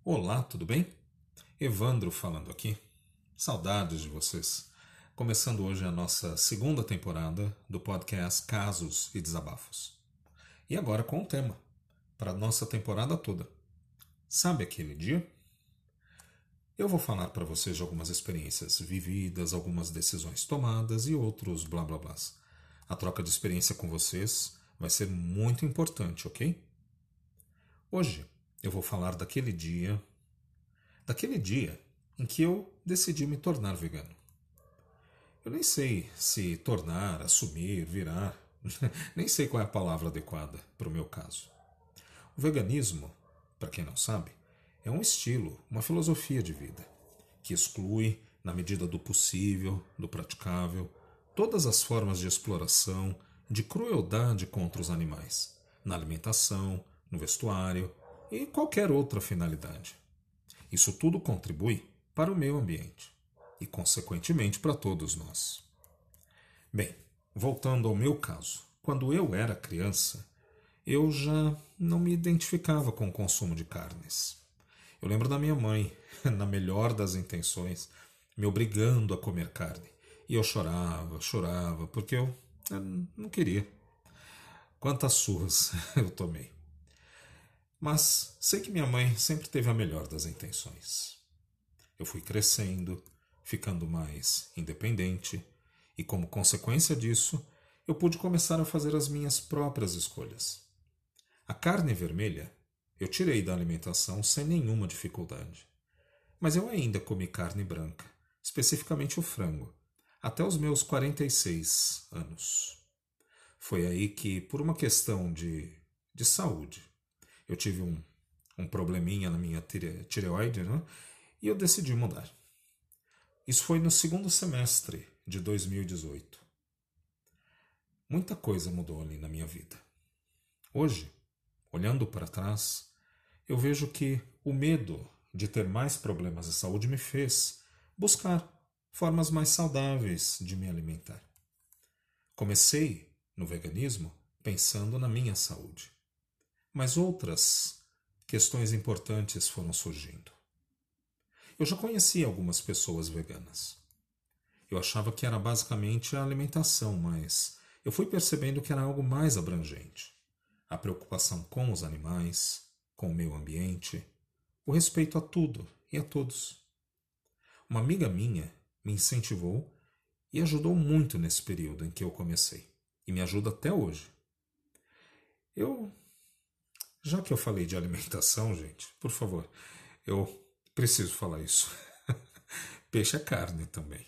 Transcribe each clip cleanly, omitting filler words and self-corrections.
Olá, tudo bem? Evandro falando aqui. Saudades de vocês. Começando hoje a nossa segunda temporada do podcast Casos e Desabafos. E agora com um tema para a nossa temporada toda. Sabe aquele dia? Eu vou falar para vocês de algumas experiências vividas, algumas decisões tomadas e outros blá blá blás. A troca de experiência com vocês vai ser muito importante, ok? Hoje eu vou falar daquele dia em que eu decidi me tornar vegano. Eu nem sei se tornar, assumir, virar, nem sei qual é a palavra adequada para o meu caso. O veganismo, para quem não sabe, é um estilo, uma filosofia de vida, que exclui, na medida do possível, do praticável, todas as formas de exploração, de crueldade contra os animais, na alimentação, no vestuário e qualquer outra finalidade. Isso tudo contribui para o meio ambiente e, consequentemente, para todos nós. Bem, voltando ao meu caso, quando eu era criança, eu já não me identificava com o consumo de carnes. Eu lembro da minha mãe, na melhor das intenções, me obrigando a comer carne. E eu chorava, porque eu não queria. Quantas surras eu tomei. Mas sei que minha mãe sempre teve a melhor das intenções. Eu fui crescendo, ficando mais independente, e como consequência disso, eu pude começar a fazer as minhas próprias escolhas. A carne vermelha eu tirei da alimentação sem nenhuma dificuldade. Mas eu ainda comi carne branca, especificamente o frango, até os meus 46 anos. Foi aí que, por uma questão de saúde, eu tive um probleminha na minha tireoide, né? E eu decidi mudar. Isso foi no segundo semestre de 2018. Muita coisa mudou ali na minha vida. Hoje, olhando para trás, eu vejo que o medo de ter mais problemas de saúde me fez buscar formas mais saudáveis de me alimentar. Comecei no veganismo pensando na minha saúde, mas outras questões importantes foram surgindo. Eu já conhecia algumas pessoas veganas. Eu achava que era basicamente a alimentação, mas eu fui percebendo que era algo mais abrangente. A preocupação com os animais, com o meio ambiente, o respeito a tudo e a todos. Uma amiga minha me incentivou e ajudou muito nesse período em que eu comecei. E me ajuda até hoje. Já que eu falei de alimentação, gente, por favor, eu preciso falar isso. Peixe é carne também.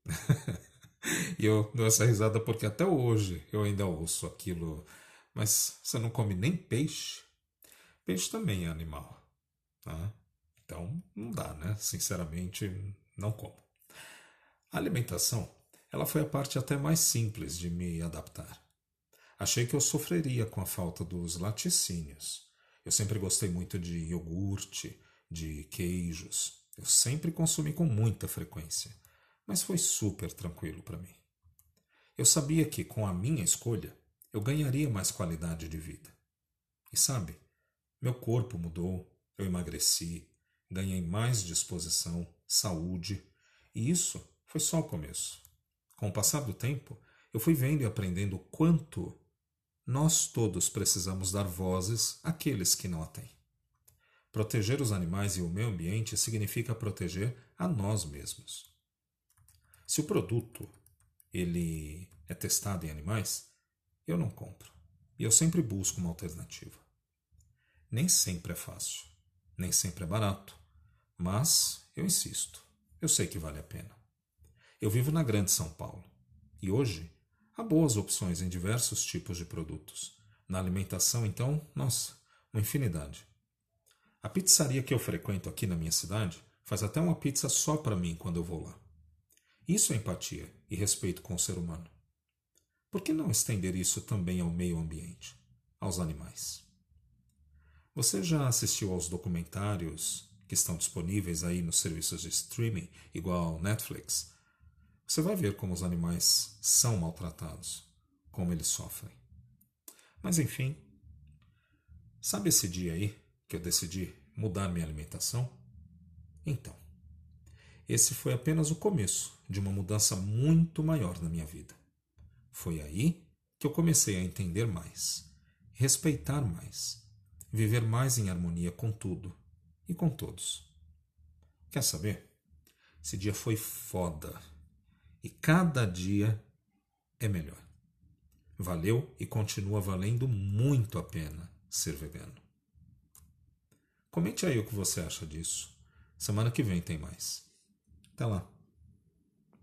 E eu dou essa risada porque até hoje eu ainda ouço aquilo. Mas você não come nem peixe? Peixe também é animal. Tá? Então não dá, né? Sinceramente, não como. A alimentação, ela foi a parte até mais simples de me adaptar. Achei que eu sofreria com a falta dos laticínios. Eu sempre gostei muito de iogurte, de queijos. Eu sempre consumi com muita frequência, mas foi super tranquilo para mim. Eu sabia que, com a minha escolha, eu ganharia mais qualidade de vida. E sabe, meu corpo mudou, eu emagreci, ganhei mais disposição, saúde, e isso foi só o começo. Com o passar do tempo, eu fui vendo e aprendendo o quanto nós todos precisamos dar vozes àqueles que não a têm. Proteger os animais e o meio ambiente significa proteger a nós mesmos. Se o produto ele é testado em animais, eu não compro. E eu sempre busco uma alternativa. Nem sempre é fácil, nem sempre é barato, mas eu insisto. Eu sei que vale a pena. Eu vivo na Grande São Paulo e hoje há boas opções em diversos tipos de produtos. Na alimentação, então, nossa, uma infinidade. A pizzaria que eu frequento aqui na minha cidade faz até uma pizza só para mim quando eu vou lá. Isso é empatia e respeito com o ser humano. Por que não estender isso também ao meio ambiente, aos animais? Você já assistiu aos documentários que estão disponíveis aí nos serviços de streaming, igual Netflix? Você vai ver como os animais são maltratados, como eles sofrem. Mas enfim, sabe esse dia aí que eu decidi mudar minha alimentação? Então, esse foi apenas o começo de uma mudança muito maior na minha vida. Foi aí que eu comecei a entender mais, respeitar mais, viver mais em harmonia com tudo e com todos. Quer saber? Esse dia foi foda. E cada dia é melhor. Valeu e continua valendo muito a pena ser vegano. Comente aí o que você acha disso. Semana que vem tem mais. Até lá.